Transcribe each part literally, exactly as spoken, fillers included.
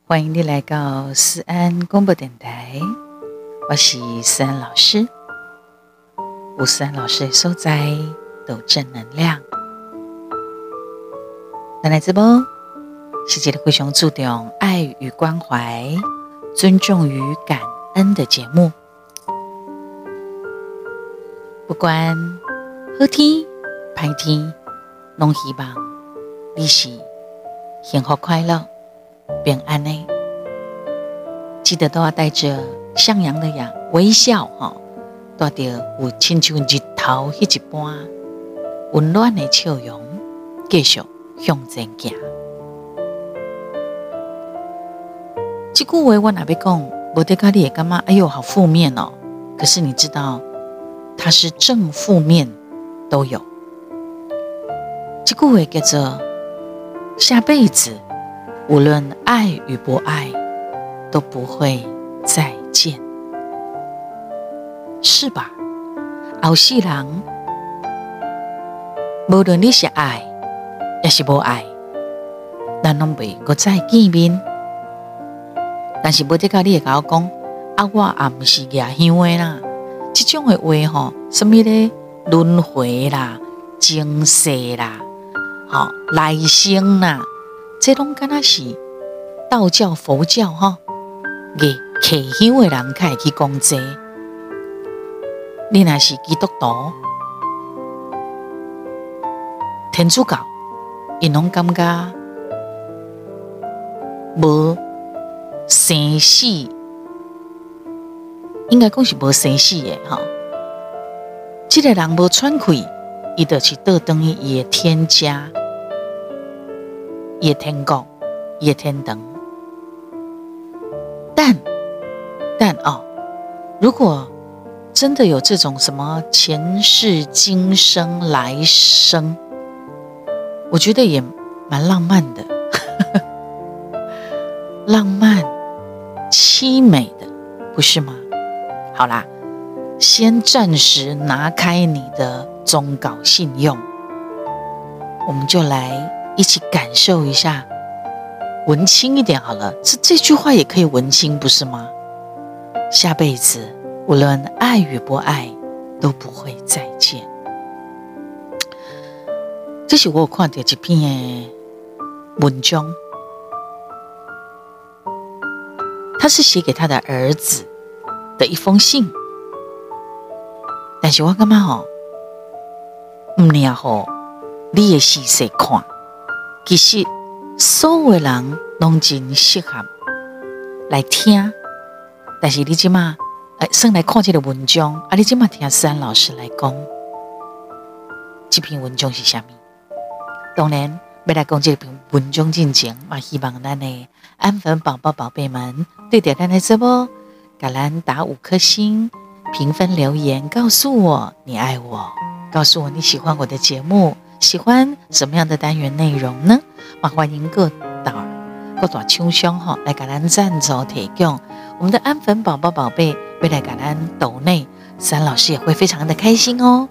欢迎你来到思安广播电台，我是思安老师。有思安老师的所在都有正能量。咱来直播是一个非常注重爱与关怀、尊重与感恩的节目。不管好天歹天，拢希望你是幸福快乐平安的，记得都要带着向阳的呀微笑哈，带着有亲像日头迄一般温暖的笑容，继续向前行。这句话我若要讲，无得甲你会感觉哎呦好负面哦。可是你知道，它是正负面都有。这句话叫做下辈子。无论爱与不爱，都不会再见，是吧？后世人，无论你是爱，也是无爱，咱拢袂再再见面。但是无得甲你会甲我讲，啊，我也毋是野香的啦。这种的话吼，什么咧轮回啦、前世啦、好来生啦。这拢敢若是道教、佛教哈，嘅客香的人才会去讲这。你若是基督徒、天主教，因拢感觉无生死，应该讲是无生死的哈。这个人无喘气，伊就是倒转去伊的天家。也天国，也天堂，但但哦，如果真的有这种什么前世今生来生，我觉得也蛮浪漫的，浪漫凄美的，不是吗？好啦，先暂时拿开你的宗教信用，我们就来一起感受一下，文青一点好了。这这句话也可以文青，不是吗？下辈子无论爱与不爱，都不会再见。这是我有看到一篇的文章，他是写给他的儿子的一封信。但是我感觉吼，唔尔好，你的细细看。其实所有的人拢真适合来听，但是你即马哎，先来看这个文章，啊，你即马听思安老师来讲，这篇文章是啥物？当然，要来讲这篇文章之前，嘛希望咱的安粉宝宝宝贝们对着咱的直播，给咱打五颗星，评分留言，告诉我你爱我，告诉我你喜欢我的节目。喜欢什么样的单元内容呢？嘛欢迎各大各大厂商哈来给咱赞助提供。我们的安粉宝宝宝贝会来给咱抖内，思安老师也会非常的开心哦。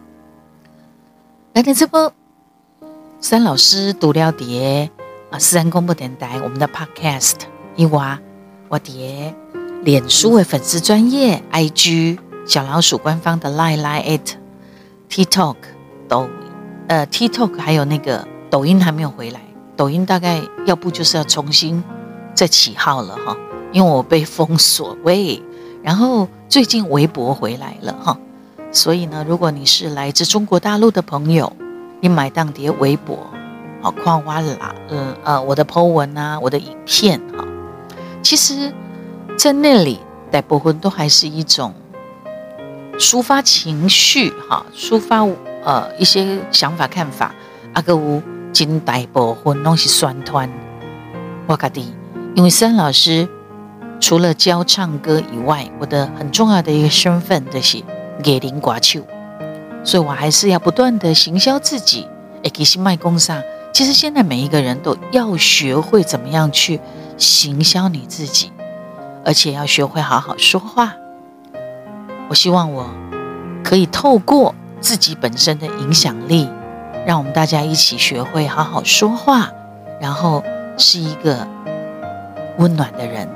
来到这波，思安老师读了碟啊，思安广播电台我们的 podcast 以外，我碟脸书的粉丝专页 I G 小老鼠官方的 line line at TikTok 都。呃 ，TikTok 还有那个抖音还没有回来，抖音大概要不就是要重新再起号了哈，因为我被封锁喂。然后最近微博回来了哈，所以呢，如果你是来自中国大陆的朋友，你买当碟微博，好看我啦，呃呃，我的 po 文啊，我的影片哈，其实在那里大部分都还是一种抒发情绪哈，抒发。呃，一些想法看法，啊，还有真大部分都是宣传我自己，因为思安老师除了教唱歌以外，我的很重要的一个身份就是艺人歌手，所以我还是要不断的行销自己。哎，其实卖公上，其实现在每一个人都要学会怎么样去行销你自己，而且要学会好好说话。我希望我可以透过自己本身的影响力，让我们大家一起学会好好说话，然后是一个温暖的人，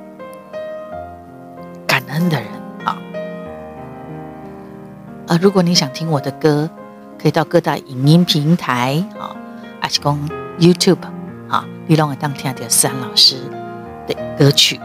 感恩的人啊。呃，如果你想听我的歌，可以到各大影音平台啊，还是讲 YouTube 啊，你都会当听到思安老师的歌曲。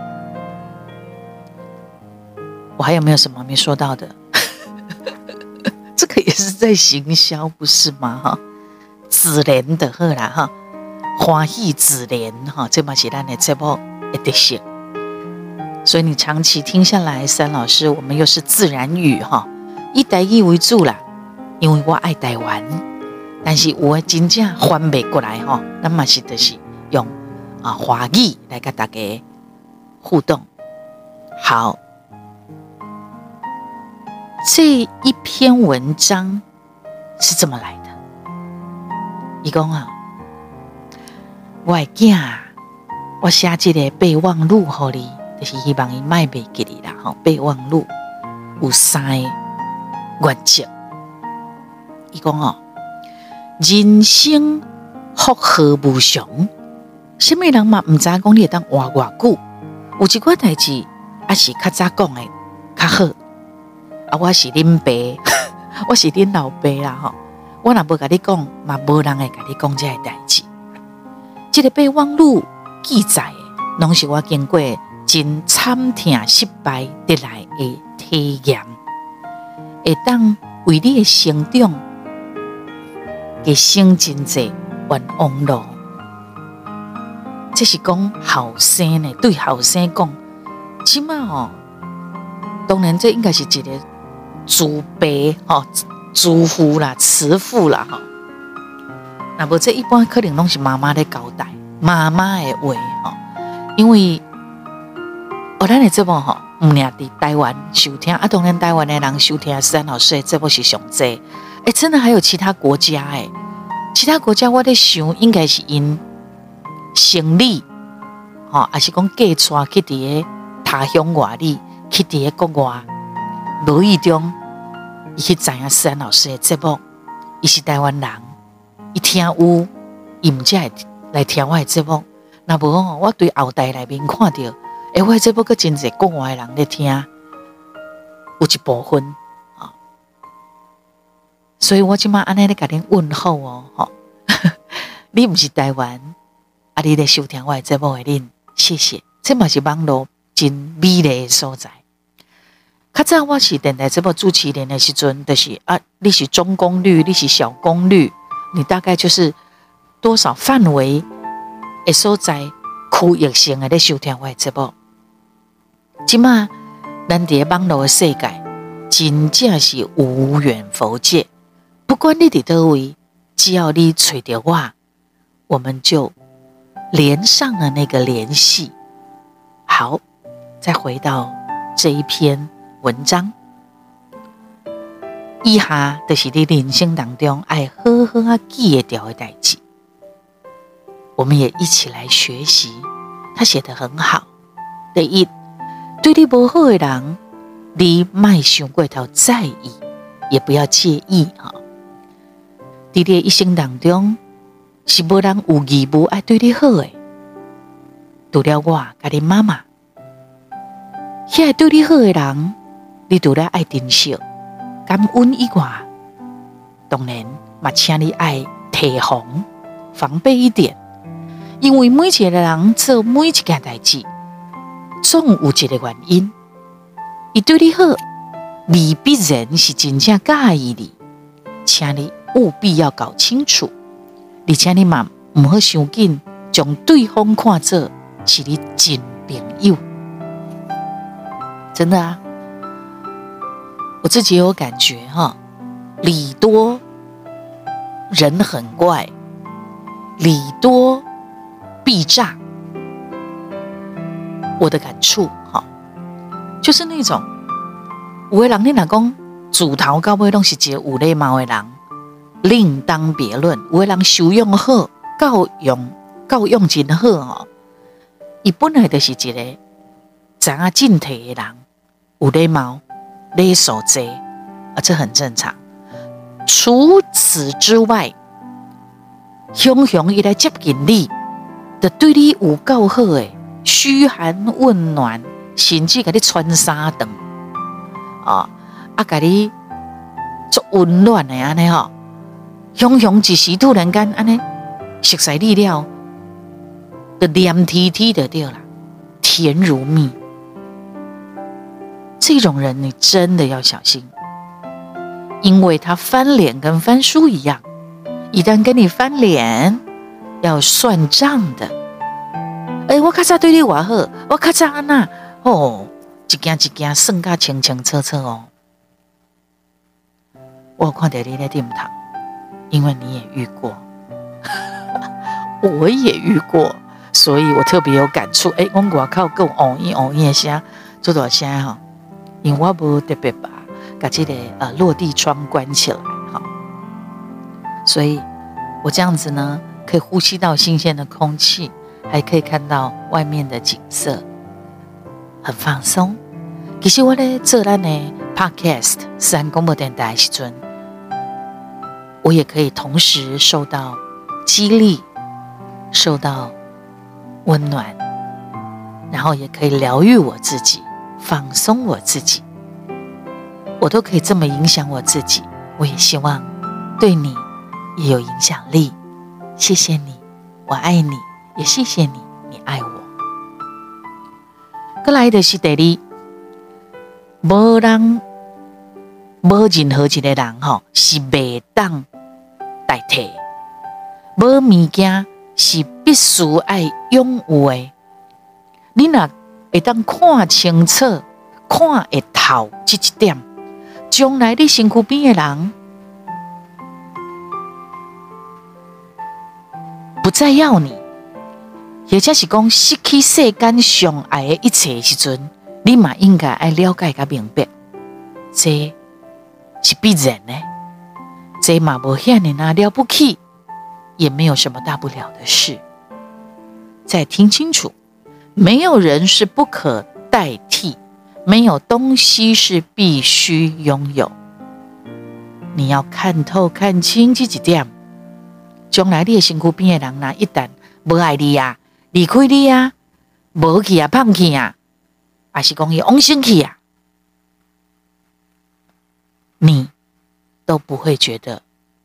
我还有没有什么没说到的？这个也是在行销，不是吗？哈，自然的好啦哈，欢喜自然哈，这嘛是咱的节目的特色。所以你长期听下来，思安老师我们又是自然语哈，以台语为主啦，因为我爱台湾，但是我真正翻不过来哈，那嘛是就是用啊华语来跟大家互动。好。这一篇文章是这么来的，他说啊，我的囝，我写这个备忘录给你，就是希望他别忘记你啦。吼，备忘录有三个原则。他说哦，人生福祸无常，什么人嘛唔知道讲你会当活多久，有一寡代志也是较早讲的较好。啊，我是恁爸，我是恁老爸啦吼。我若无甲你讲，嘛无人会甲你讲这个代志。这个备忘录记载的，拢是我经过真惨痛失败得来的体验，会当为你的成长给省真济冤枉路。这是讲后生的，对后生讲，即马哦，当然这应该是一个。祖辈吼，祖父啦、慈父啦吼，那无这一般可能拢是妈妈在交代，妈妈的话吼，因为哦，咱的节目吼，唔俩伫台湾收听，啊，当然台湾的人收听思安老师的节目是上济，哎，真的还有其他国家哎，其他国家我在想，应该是因生理，吼，还是讲嫁娶去伫个他乡外里，去伫个国外。无意中，伊去知影思安老师的节目，伊是台湾人，伊听有，伊毋才会来听我的节目。若无哦，我对后台内面看到，诶，我的节目阁真侪国外的人咧听，有一部分啊，所以我即马安尼咧甲恁问候哦，吼，你毋是台湾，啊，你咧收听我的节目的恁，谢谢，这嘛是网络真美丽的所在。较早我是电台节目主持人的时阵，就是啊，你是中功率，你是小功率，你大概就是多少范围的所在区域性的咧收听我的节目。即马咱伫个网络的世界，真正是无远弗届。不管你伫倒位，只要你找到我，我们就连上了那个联系。好，再回到这一篇。文章以下就是你人生当中爱好好啊记得掉的代志，我们也一起来学习。他写得很好。第一，对你不好的人，你莫想过头在意，也不要介意哈。在你一生当中，是无人有义务爱对你好的，除了我甲你妈妈，遐对你好的人。你除了爱珍惜、感恩以外，当然嘛，请你爱提防、防备一点，因为每一个人做每一件代志，总有一个原因。伊对你好，未必然是真正介意你，请你务必要搞清楚，而且你嘛唔好伤紧，将对方看作是你真朋友。真的啊。我自己有感觉哈，礼多人很怪，礼多必诈。我的感触哈，就是那种有的人你若讲自头到尾拢是一个有礼貌的人，另当别论。有的人修养好，教养教养真好哦，伊本来就是一个知影进退的人，有礼貌。礼数济啊，这很正常。除此之外，雄雄伊来接近你，就对你有够好诶， 嘘寒问暖，甚至给你穿衫等，啊，啊，给你做温暖的安尼吼，雄雄一时突然间安尼熟悉你了，就黏贴贴的对了，甜如蜜。这种人你真的要小心，因为他翻脸跟翻书一样，一旦跟你翻脸，要算账的。哎，我较早对你偌好，我较早安那哦，一件一件算甲清清楚楚哦。我有看到你在点头，因为你也遇过，我也遇过，所以我特别有感触。哎，我外口还有哦一哦一的声，做大声哈，因为我无特别把把这个呃落地窗关起来哈，所以我这样子呢，可以呼吸到新鲜的空气，还可以看到外面的景色，很放松。其实我咧做咱的 podcast 思安广播电台的时阵，我也可以同时受到激励，受到温暖，然后也可以疗愈我自己，放松我自己，我都可以这么影响我自己。我也希望对你也有影响力。谢谢你，我爱你，也谢谢你，你爱我。再来就是第二，没人，没任何一个人吼是袂当代替，没物件是必须要拥有的。你若会当看清楚、看会透这一點，將來你身軀邊的人不再要你，或者是講失去世間上愛的一切的時陣，你嘛應該要了解甲明白，這是必然的，這嘛無遐爾那了不起，也沒有什麼大不了的事。再聽清楚，沒有人是不可代替，沒有東西是必須擁有。你要看透看清這一點，將來你的身軀邊的人哪一旦無愛你啊，離開你啊，無去啊，放棄啊，還是講伊往生去啊，你都不會覺得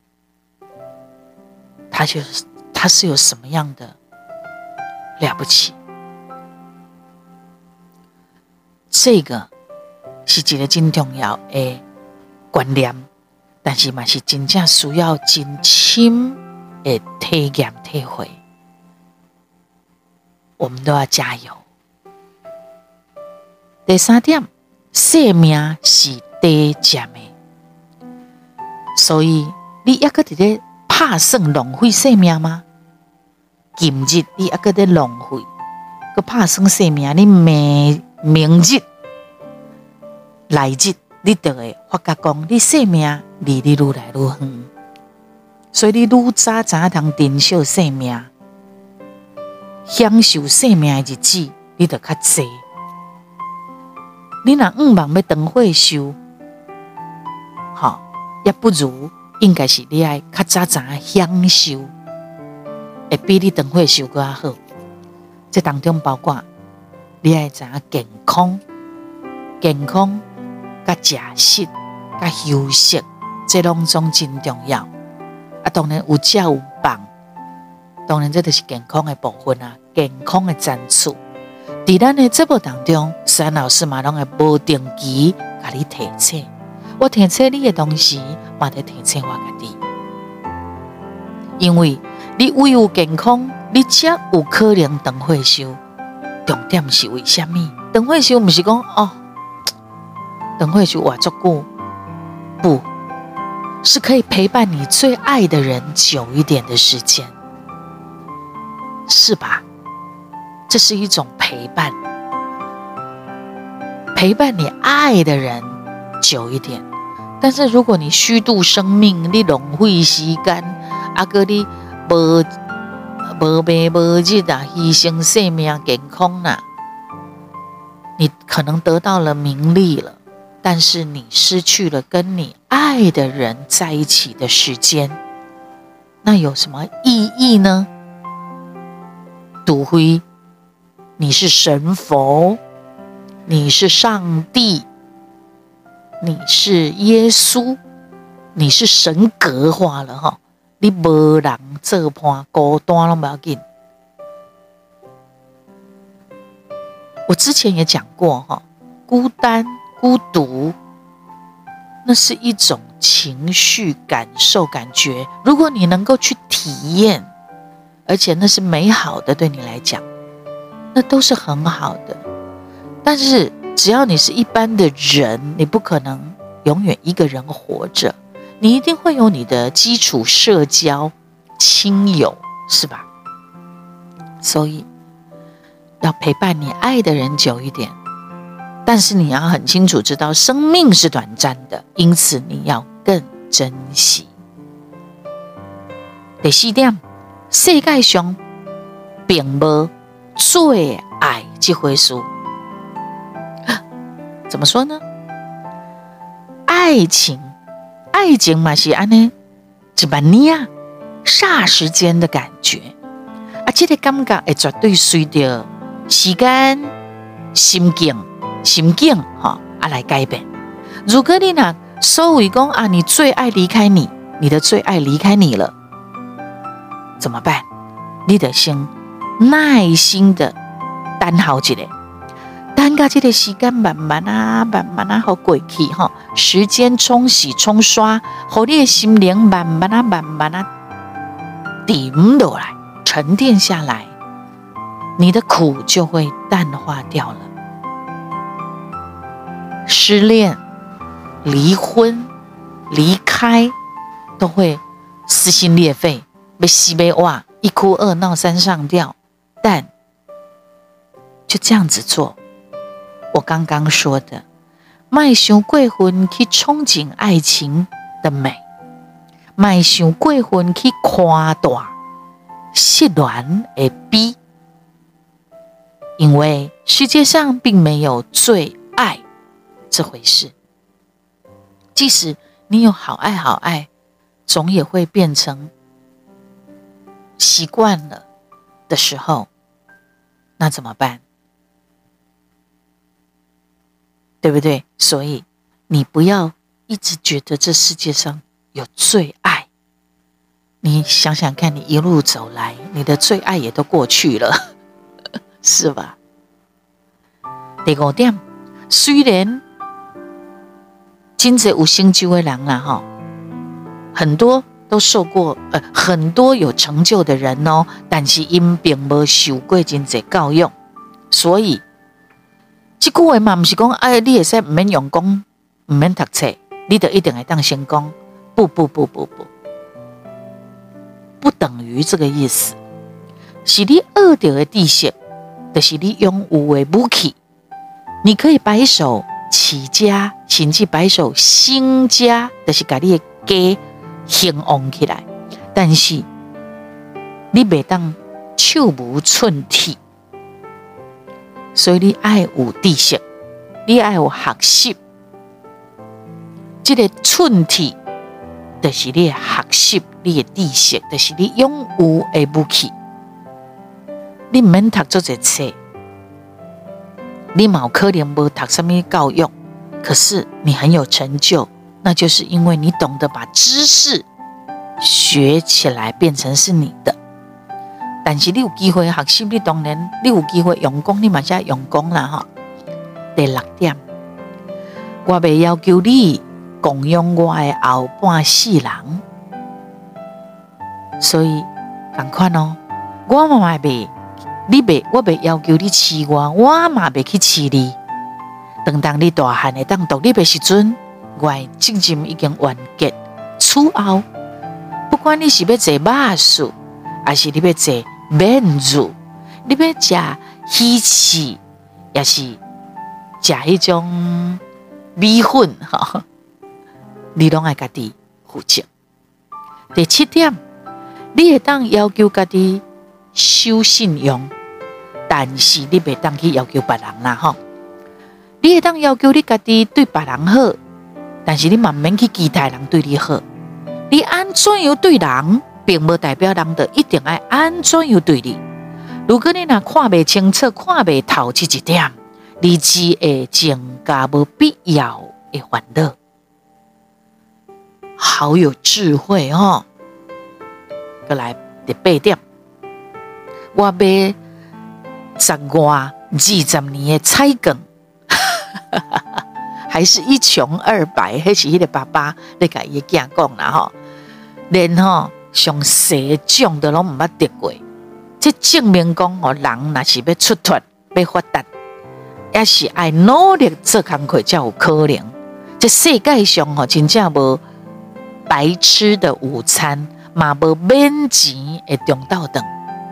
他就是他是有什麼樣的了不起。這個是一個真重要的觀念，但是嘛是真正需要真深的體驗體會，我們都要加油。第三點，生命是短暫的，所以你還佫在打算浪費生命嗎？今日你還佫在浪費，佫打算生命，你明明日來日你就會發覺講，你生命離你愈來愈遠，所以你愈早早通珍惜生命，享受生命的日子，你就較濟。你若仰望要長歲壽，好，也不如應該是你要較早早享受，會比你長歲壽更好。這當中包括你要知影健康，健康。甲食食、甲休息，這兩種真重要。啊，當然有食有放，當然這就是健康的部分啊，健康的產出。在咱的節目當中，思安老師嘛攏會無定期甲你提醒，我提醒你的同時，嘛在提醒我家己，因為你唯有健康，你才有可能長歲壽。重點是為什麼？長歲壽不是講哦。等會去哇，照顧不是可以陪伴你最愛的人久一點的時間，是吧？這是一種陪伴，陪伴你愛的人久一點。但是如果你虛度生命，你浪費時間，啊個你無無眠無日啊，犧牲生命健康啊，你可能得到了名利了。但是你失去了跟你愛的人在一起的時間，那有什麼意義呢？除非你是神佛，你是上帝，你是耶稣，你是神格化了哈，你没人做伴，孤单都不要紧。我之前也讲过哈，孤单、孤独，那是一种情绪、感受、感觉。如果你能够去体验，而且那是美好的，对你来讲，那都是很好的。但是只要你是一般的人，你不可能永远一个人活着，你一定会有你的基础社交、亲友，是吧？所以要陪伴你爱的人久一点，但是你要很清楚知道生命是短暂的，因此你要更珍惜。第四点，世界上并无最爱这回事。怎么说呢？爱情，爱情嘛是安呢，一万年啊，霎时间的感觉啊，这个感觉会绝对随着时间、心境、心境哈啊来改变。如果你呢，所谓讲啊，你最爱离开你，你的最爱离开你了，怎么办？你得先耐心的等候一下，等到这个时间慢慢啊、慢慢啊好过去哈，时间冲洗、冲刷，让你的心灵慢慢啊、慢慢啊定落来、沉淀下来，你的苦就会淡化掉了。失恋、离婚、离开，都会撕心裂肺，被西被哇，一哭二闹三上吊，但就这样子做。我刚刚说的，别想过分去憧憬爱情的美，别想过分去夸大失恋的悲，因为世界上并没有最爱这回事。即使你有好爱好爱，总也会变成习惯了的时候，那怎么办？对不对？所以你不要一直觉得这世界上有最爱，你想想看，你一路走来，你的最爱也都过去了，是吧？第五点，虽然真侪有成就的人啦哈，很多都受过呃很多有成就的人哦，但是因并没受过真侪教育，所以这句话嘛，不是讲哎，你会使唔免用功，唔免读册，你就一定会当成功。不不不不不，不等于这个意思。是你学到的知识，就是你拥有的武器。你可以白手起家，甚至白手兴家，就是把你的家兴旺起来。但是你袂当手无寸铁。所以你爱有知识，你爱有学习，这个寸铁就是你的学习，你的知识，就是你拥有的武器。你唔免读做一册，你冇可能无读什么教育，可是你很有成就，那就是因为你懂得把知识学起来，变成是你的。但是你有机会学习，你当然你有机会用功，你嘛才用功啦哈。第六点，我袂要求你供养我的后半世人，所以同款哦，我嘛袂，你袂，我袂要求你饲我，我嘛袂去饲你。等当你大汉会当独立的时阵，我的责任已经完结。此后，不管你是要坐巴士，还是你要坐面子，你要吃鱼翅，也是吃迄种米粉哈，你拢爱家己负责。第七点，你会当要求家己守信用，但是你袂当去要求别人啦哈。你会当要求你家己对别人好，但是你嘛免去期待人对你好。你安怎样对人，并无代表人就一定爱安怎样对你。 如果你若看不清楚、看不透这一点，你只会增加无必要的烦恼。好有智慧哦！过来第八点，我买十外二十年的菜梗，还是一穷二白，迄是迄个爸爸咧甲伊囝讲啦吼，连吼上细种都拢毋捌得过，这证明讲吼，人若是要出脱、要发达，也是爱努力做工课才有可能。这世界上吼，真正无白吃的午餐，嘛无免钱的中昼顿。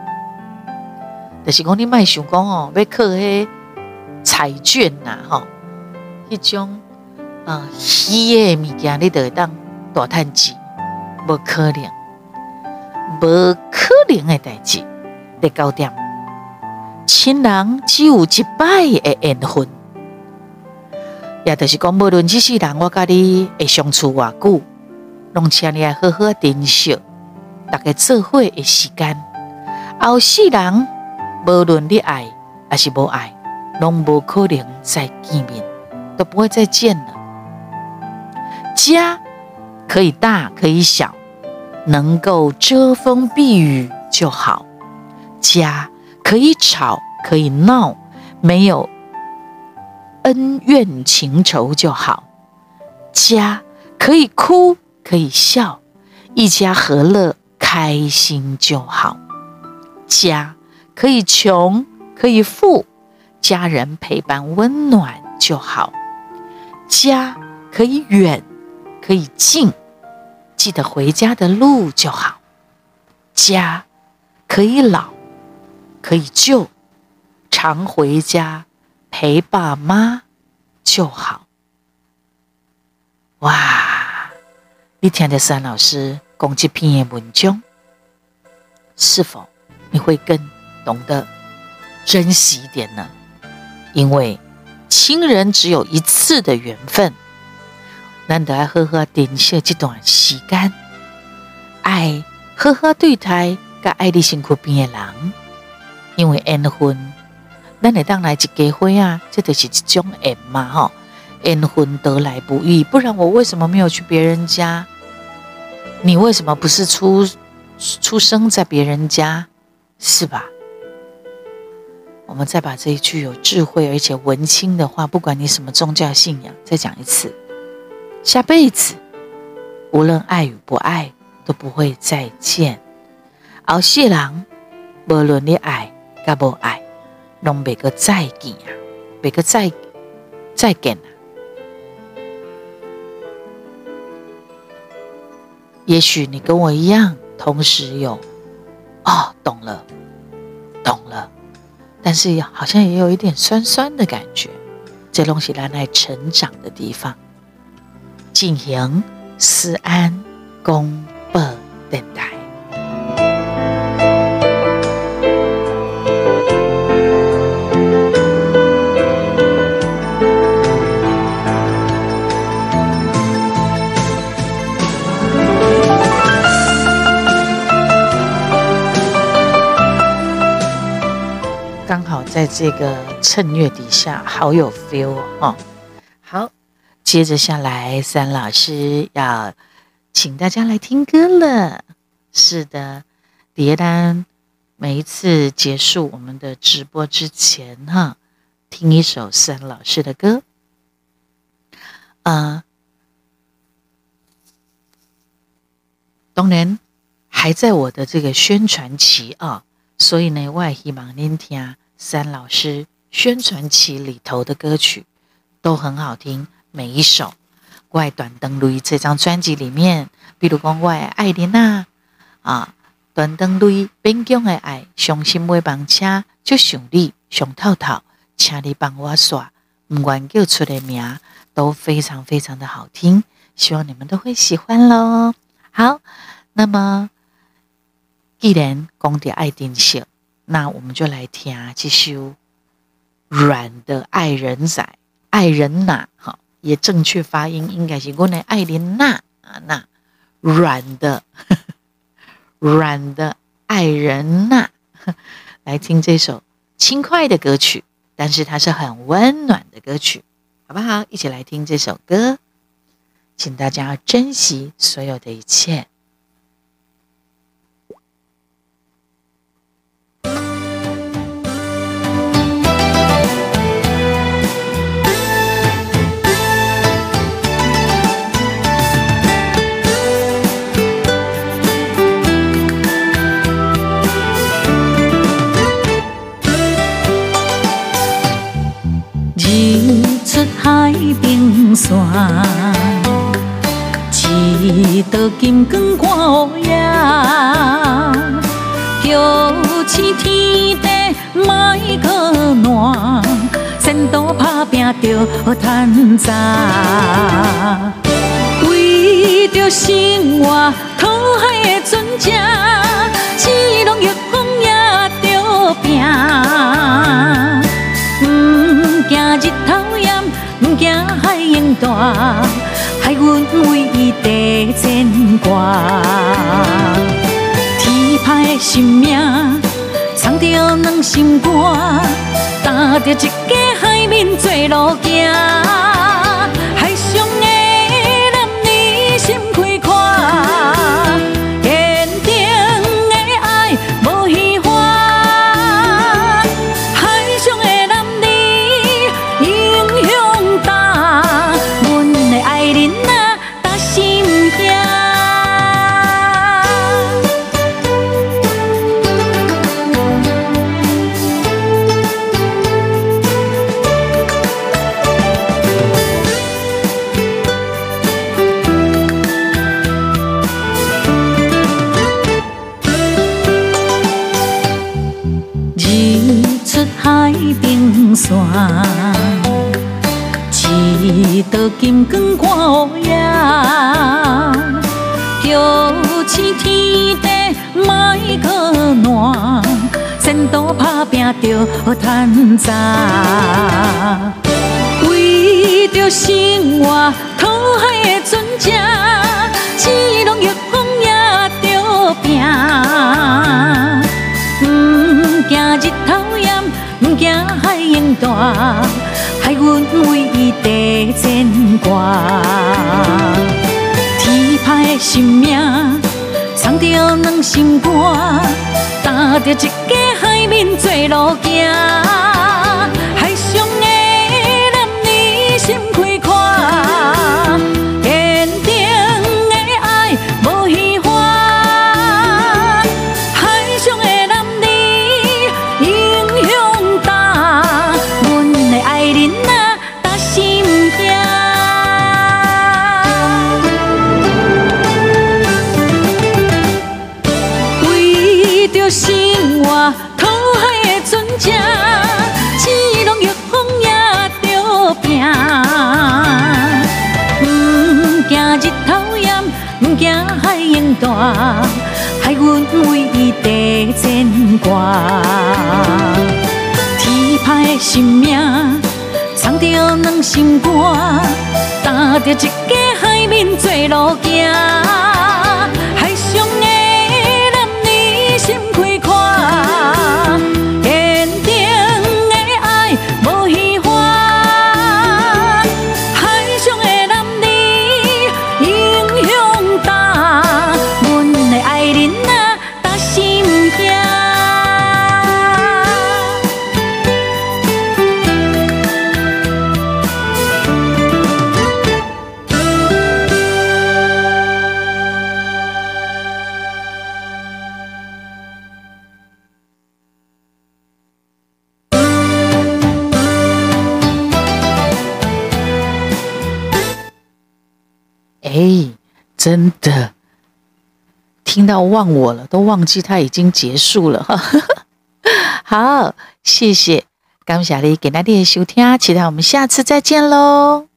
就是讲你莫想讲吼，要考迄彩券呐吼，迄种啊虚的物件，你就会当大趁钱，无可能，无可能的代志。第九点，亲人只有一摆的缘分，也就是讲，无论这世人我甲你会相处偌久，拢请你来好好珍惜大家做伙的时间。后世人无论你爱还是无爱，拢无可能再见面，都不会再见了。家可以大可以小，能够遮风避雨就好。家可以吵可以闹，没有恩怨情仇就好。家可以哭可以笑，一家和乐开心就好。家可以穷可以富，家人陪伴温暖就好。家可以远可以近，记得回家的路就好。家可以老可以旧，常回家陪爸妈就好。哇，你听着山老师讲这篇的文章，是否你会更懂得珍惜一点呢？因为亲人只有一次的缘分，咱就要好好珍惜这段时间，爱好好对待甲爱你身躯边的人。因为缘分，咱会当来一家伙啊，这就是一种缘嘛吼。缘分得来不易，不然我为什么没有去别人家？你为什么不是出出生在别人家？是吧？我们再把这一句有智慧而且文青的话，不管你什么宗教信仰，再讲一次：下辈子无论爱与不爱，都不会再见。后世人无论你爱甲无爱，拢袂个再见啊，袂个再再见啊。也许你跟我一样，同时有哦，懂了，懂了，但是好像也有一点酸酸的感觉。这东西咱来成长的地方。进行思安公播电台。刚好在这个衬月底下，好有 feel 哦。好，接着下来，三老师要请大家来听歌了。是的，蝶丹每一次结束我们的直播之前，哈，听一首三老师的歌。呃，当然还在我的这个宣传期啊，所以呢，我也希望您听三老师宣传期里头的歌曲都很好听，每一首。我的断肠泪这张专辑里面，比如讲我的爱莲啊，啊，断肠泪，边疆的爱，伤心尾班车，就想你，想透透，请你帮我刷，不愿叫出的名都非常非常的好听，希望你们都会喜欢咯。好，那么既然讲到爱珍惜，那我们就来听这首软的爱人仔爱人呐，好，也正确发音应该是我的爱莲娜啊，那软的软的爱人呐，来来听这首轻快的歌曲，但是它是很温暖的歌曲，好不好？一起来听这首歌，请大家珍惜所有的一切。 海平线，一道金光看黑夜，叫醒天地莫可暖，前途打拼着趁早，为着生活讨海的船只，只拢逆风也着拼，唔惊日头炎。唔惊海涌大，海阮为地牵挂。天歹的生命，藏着两心肝，担着一家海面做路行。海上的男儿心开阔，坚定的爱无虚华。海上的男儿英雄大，阮的爱人啊，踏心遐。日出海平线，一道金光看黑夜，叫醒天地莫可暖，前途打拼着趁早，为着生活讨海的船只，只拢逆风也着拼。唔惊日头炎，唔惊海涌大，海阮为地牵挂。天歹的生命，藏着两心肝，担着一家海面做路行。海上的男儿心开阔，坚定的爱无虚华。海上的男儿英雄大，阮的爱人啊，踏心遐。为着生活讨海的船只，只拢逆风也着拼。唔惊日头炎，唔惊海涌大，海阮为地牵挂。天歹的生命，藏着两心肝，担着一家海面做路行。海上的男儿心开阔，坚定的爱无虚华。海上的男儿英雄大，阮的爱人啊，踏心遐。 哎，真的听到忘我了，都忘记它已经结束了。好，谢谢，感谢你今天的收听，期待我们下次再见喽。